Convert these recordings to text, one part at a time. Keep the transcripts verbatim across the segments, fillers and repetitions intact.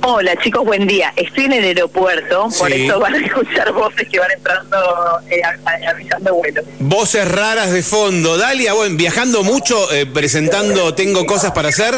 Hola chicos, buen día. Estoy en el aeropuerto, sí. Por eso van a escuchar voces que van entrando, eh, avisando vuelos. Voces raras de fondo. Dalia, bueno, viajando mucho, eh, presentando Tengo Cosas para Hacer.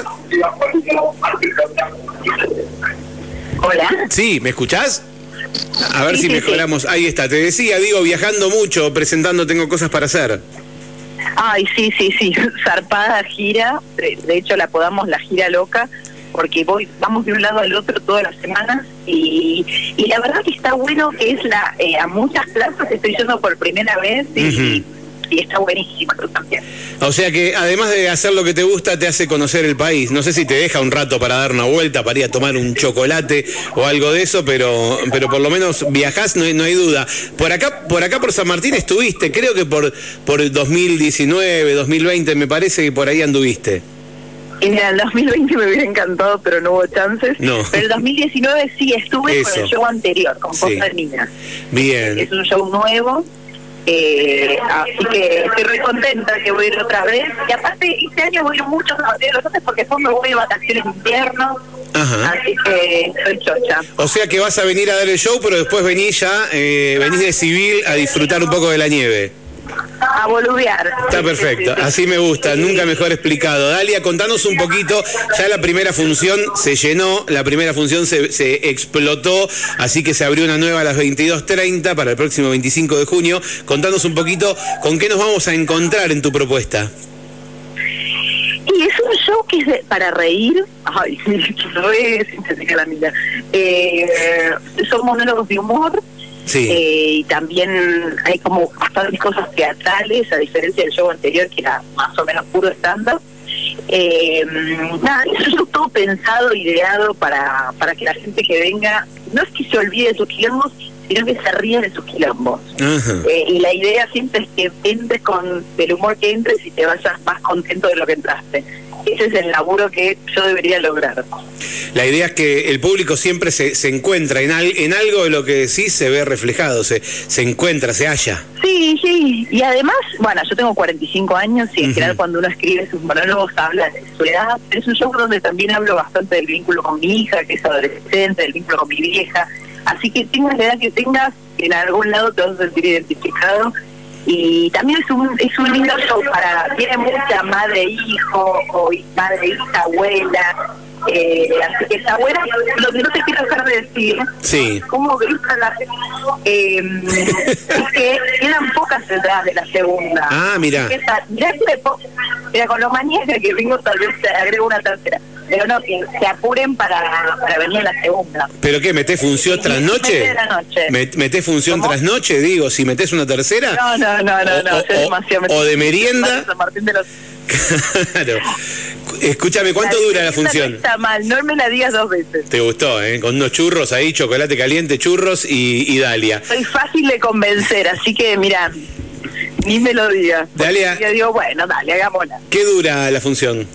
Hola. Sí, ¿me escuchás? A ver sí, si sí, mejoramos. Sí. Ahí está, te decía, digo, viajando mucho, presentando Tengo Cosas para Hacer. Ay, sí, sí, sí, zarpada gira, de, de hecho la apodamos la gira loca, porque voy vamos de un lado al otro todas las semanas y, y la verdad que está bueno que es la eh, a muchas plazas estoy yendo por primera vez y, uh-huh. y está buenísimo también. O sea que además de hacer lo que te gusta, te hace conocer el país. No sé si te deja un rato para dar una vuelta, para ir a tomar un chocolate o algo de eso, pero pero por lo menos viajás, no hay, no hay duda. Por acá por acá por San Martín estuviste, creo que por por dos mil diecinueve, dos mil veinte, me parece que por ahí anduviste. Y mira, el dos mil veinte me hubiera encantado, pero no hubo chances. No. Pero el dos mil diecinueve sí estuve Eso. con el show anterior, con Posta sí. de Niña. Bien. Es un show nuevo. Eh, así que estoy re contenta que voy a ir otra vez y aparte este año voy a ir muchos a los otros porque después me voy de vacaciones de invierno. Ajá. Así que soy chocha. O sea que vas a venir a dar el show, pero después venís ya, eh, venís de civil a disfrutar un poco de la nieve. A boludear. Está perfecto, así me gusta, nunca mejor explicado. Dalia, contanos un poquito, ya la primera función se llenó, la primera función se, se explotó, así que se abrió una nueva a las veintidós treinta para el próximo veinticinco de junio. Contanos un poquito con qué nos vamos a encontrar en tu propuesta. Y es un show que es de, para reír. Ay, re sintética la mía. Eh, son monólogos de humor. Sí. Eh, y también hay como bastantes cosas teatrales, a diferencia del show anterior que era más o menos puro stand-up. Eh, nada, eso es todo pensado, ideado para, para que la gente que venga, no es que se olvide de sus quilombos, sino que se ríe de sus quilombos. Uh-huh. Eh, y la idea siempre es que entres con el humor que entres y te vayas más contento de lo que entraste. Ese es el laburo que yo debería lograr. La idea es que el público siempre se, se encuentra en, al, en algo de lo que decís, se ve reflejado, se, se encuentra, se halla. Sí, sí, y además, bueno, yo tengo cuarenta y cinco años y en uh-huh. general cuando uno escribe sus monólogos habla de su edad, pero es un show donde también hablo bastante del vínculo con mi hija, que es adolescente, del vínculo con mi vieja, así que tengas la edad que tengas, en algún lado te vas a sentir identificado. Y también es un es un lindo show para, tiene mucha madre hijo o madre hija abuela, eh, así que esa abuela, lo que no te quiero dejar de decir, sí. cómo grita la eh, es que quedan pocas entradas de la segunda. Ah, mira. Mira, mira, con lo maníaca que vengo tal vez te agrego una tercera. Pero no, que se apuren para, para venir a la segunda. ¿Pero qué, metés función tras noche? noche? ¿Metés función ¿Cómo? tras noche? Digo, si metés una tercera. No, no, no, no, no, o, es demasiado. O de merienda. San Martín de los... Claro. Escúchame, ¿cuánto la dura la función? No está mal, no me la digas dos veces. Te gustó, ¿eh? Con unos churros ahí, chocolate caliente, churros y, y Dalia. Soy fácil de convencer, así que mirá, ni me lo digas. Dalia. Yo digo, bueno, dale, hagámosla. ¿Qué dura la función?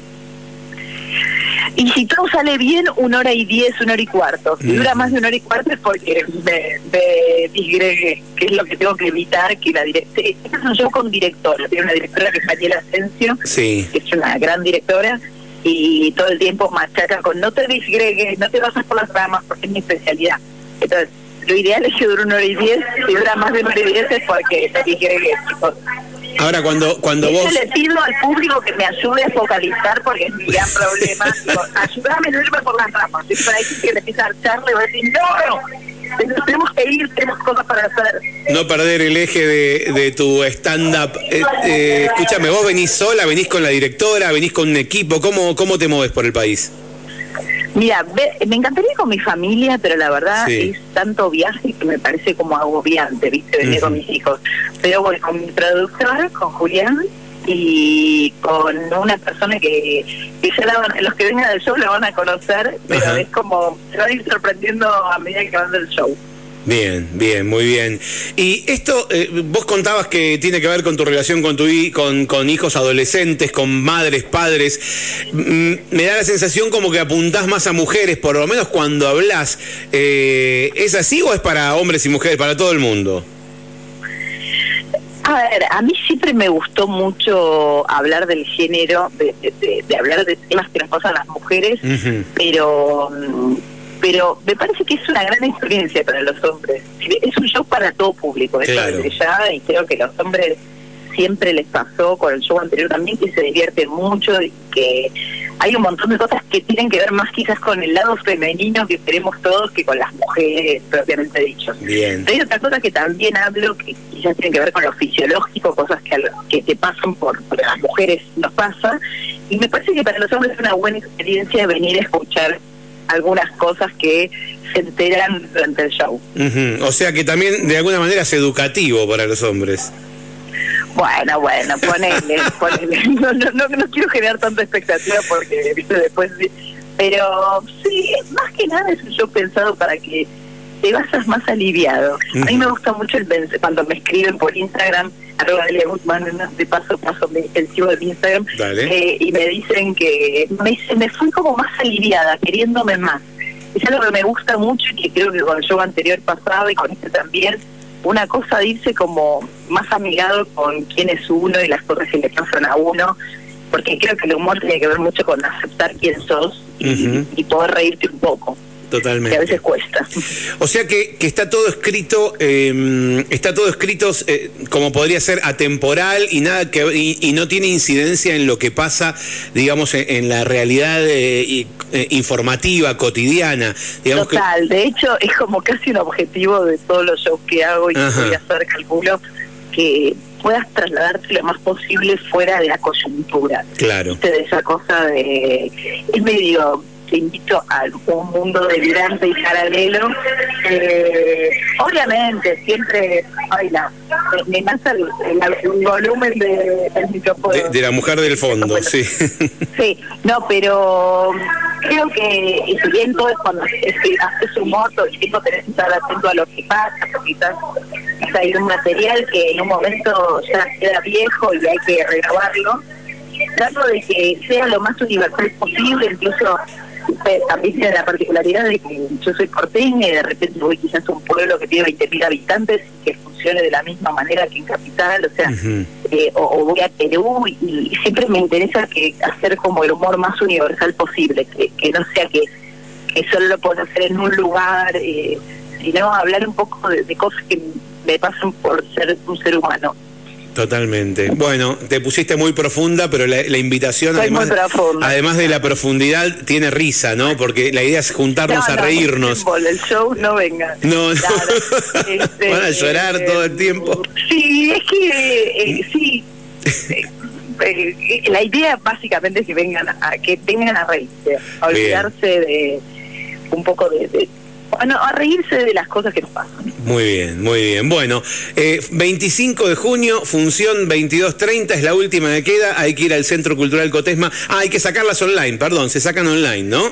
Y si todo sale bien, una hora y diez, una hora y cuarto. Si mm. dura más de una hora y cuarto es porque me, me disgregué, que es lo que tengo que evitar, que la directora... Este es un show con directora, tiene una directora que es Mariela Asensio, sí. que es una gran directora, y todo el tiempo machaca con no te disgregues, no te basas por las ramas, porque es mi especialidad. Entonces, lo ideal es que dure una hora y diez, si dura más de una hora y diez es porque te disgregues, chicos. Ahora, cuando cuando Yo vos... le pido al público que me ayude a focalizar porque es mi gran problema. Digo, ayúdame a no irme por las ramas. Y por ahí que le empieza a echarle y va a decir, no, tenemos que ir, tenemos cosas para hacer. No perder el eje de, de tu stand-up. Eh, eh, escúchame, ¿vos venís sola, venís con la directora, venís con un equipo? ¿Cómo, cómo te mueves por el país? Mira, ve, me encantaría ir con mi familia, pero la verdad sí. es tanto viaje que me parece como agobiante, ¿viste? Venir uh-huh. con mis hijos. Pero voy con mi productor, con Julián, y con una persona que, que ya la van, los que vengan del show la van a conocer, pero uh-huh. es como, se van a ir sorprendiendo a medida que van del show. Bien, bien, muy bien. Y esto, eh, vos contabas que tiene que ver con tu relación con tu con, con hijos adolescentes, con madres, padres. Mm, me da la sensación como que apuntás más a mujeres, por lo menos cuando hablás. Eh, ¿Es así o es para hombres y mujeres, para todo el mundo? A ver, a mí siempre me gustó mucho hablar del género, de, de, de, de hablar de temas que nos pasan a las mujeres, uh-huh. pero... pero pero me parece que es una gran experiencia para los hombres. Es un show para todo público, eso Claro. desde ya, y creo que los hombres siempre les pasó con el show anterior también, que se divierten mucho y que hay un montón de cosas que tienen que ver más quizás con el lado femenino que queremos todos que con las mujeres, propiamente dicho. Bien. Hay otra cosa que también hablo que quizás tiene que ver con lo fisiológico, cosas que, a lo- que te pasan por, por las mujeres nos pasa, y me parece que para los hombres es una buena experiencia venir a escuchar algunas cosas que se enteran durante el show. Ujú. O sea que también de alguna manera es educativo para los hombres. Bueno, bueno, ponele, ponele. No, no, no, no quiero generar tanta expectativa porque, viste, después... Pero sí, más que nada es un show pensado para que te vayas más aliviado. A mí me gusta mucho el pens- cuando me escriben por Instagram, arroba Dalia Gutman, de paso paso me el chivo de mi Instagram, Dale. eh, y me dicen que me, me fui como más aliviada, queriéndome más. Es algo que me gusta mucho y que creo que con el show anterior pasaba y con este también, una cosa de irse como más amigado con quién es uno y las cosas que le pasan a uno, porque creo que el humor tiene que ver mucho con aceptar quién sos y, Ujú. y poder reírte un poco, que a Totalmente. veces cuesta. O sea que, que está todo escrito, eh, está todo escrito eh, como podría ser atemporal y nada que y, y no tiene incidencia en lo que pasa, digamos, en, en la realidad eh, y, eh, informativa cotidiana, digamos. Total, de hecho es como casi un objetivo de todos los shows que hago y que Ajá. voy a hacer, calculo, que puedas trasladarte lo más posible fuera de la coyuntura. Que, claro. ¿Viste? De esa cosa de... Es medio... Te invito a un mundo delirante y paralelo. Eh, obviamente, siempre... Ay, no, me, me pasa el, el- el volumen de, del micrófono. De, de la mujer del fondo, sí. Sí, no, pero creo que y si bien todo es cuando es que haces humor, todo el tiempo tenés que estar atento a lo que pasa, porque quizás hay un material que en un momento ya queda viejo y hay que regrabarlo. Trato de que sea lo más universal posible, incluso eh, también tiene la particularidad de que yo soy porteña y de repente voy quizás a un pueblo que tiene veinte mil habitantes y que funcione de la misma manera que en Capital, o sea, Ujú. eh, o, o voy a Perú y, y siempre me interesa que hacer como el humor más universal posible, que, que no sea que, que solo lo puedo hacer en un lugar, eh, sino hablar un poco de, de cosas que me pasan por ser un ser humano. Totalmente. Bueno, te pusiste muy profunda, pero la, la invitación, Soy además, muy profunda. además de la profundidad, tiene risa, ¿no? Porque la idea es juntarnos No, a no, reírnos. por el show no venga. No, no. Claro, este, Van a llorar eh, todo el tiempo. Sí, es que eh, sí. Eh, eh, la idea básicamente es que vengan a que vengan a reírse, a olvidarse de un poco de, de bueno, a reírse de las cosas que nos pasan. Muy bien, muy bien. Bueno, eh, veinticinco de junio, función veintidós treinta, es la última que queda. Hay que ir al Centro Cultural Cotesma. Ah, hay que sacarlas online, perdón, se sacan online, ¿no?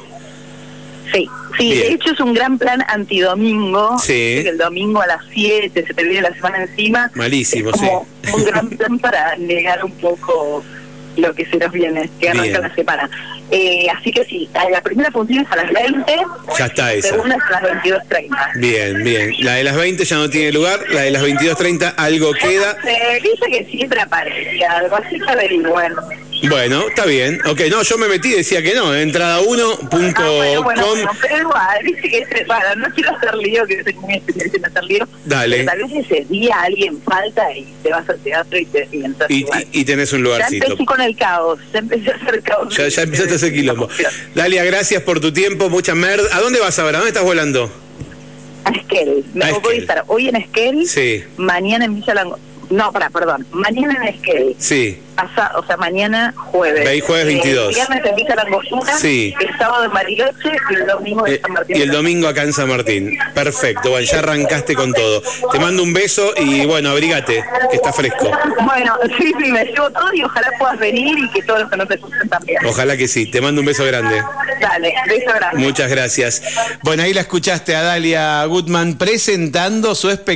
Sí, sí, Bien. de hecho es un gran plan antidomingo. Sí. Que el domingo a las siete se te viene la semana encima. Malísimo, es como sí. un gran plan para negar un poco lo que se nos viene, que arranca Bien. la semana. Eh, así que sí, la primera función es a las veinte, Ya está la esa. segunda es a las veintidós treinta. Bien, bien. La de las veinte ya no tiene lugar, la de las veintidós treinta algo queda. Se dice que siempre aparece algo, así que averigüen. Bueno, está bien. Ok, no, yo me metí y decía que no, entrada uno punto Ah, bueno, bueno, com. bueno, pero igual, dice que se para, no quiero hacer lío, que soy muy especialista en hacer lío. Dale. Pero tal vez ese día alguien falta y te vas al teatro y te y entras Y, igual. y- y tenés un Ya lugarcito. empecé con el caos, ya empecé a hacer caos. Ya, ya empezaste a hacer quilombo. Dalia, gracias por tu tiempo, mucha merda. ¿A dónde vas ahora? ¿Dónde estás volando? A Esquel, me A voy Esquel. a estar hoy en Esquel, Sí, mañana en Villa Lango. No, para, perdón, mañana en Esquel. sí. Pasa, o sea, mañana jueves. Ve ahí jueves veintidós. Eh, viernes en Villa Langostura. Sí. El sábado en Bariloche y el domingo en Eh, San Martín. y el domingo acá en San Martín. Perfecto, bueno, ya arrancaste con todo. Te mando un beso y bueno, abrígate, que está fresco. Bueno, sí, sí, me llevo todo y ojalá puedas venir y que todos los que no te escuchen también. Ojalá que sí. Te mando un beso grande. Dale, beso grande. Muchas gracias. Bueno, ahí la escuchaste a Dalia Gutman presentando su espectáculo.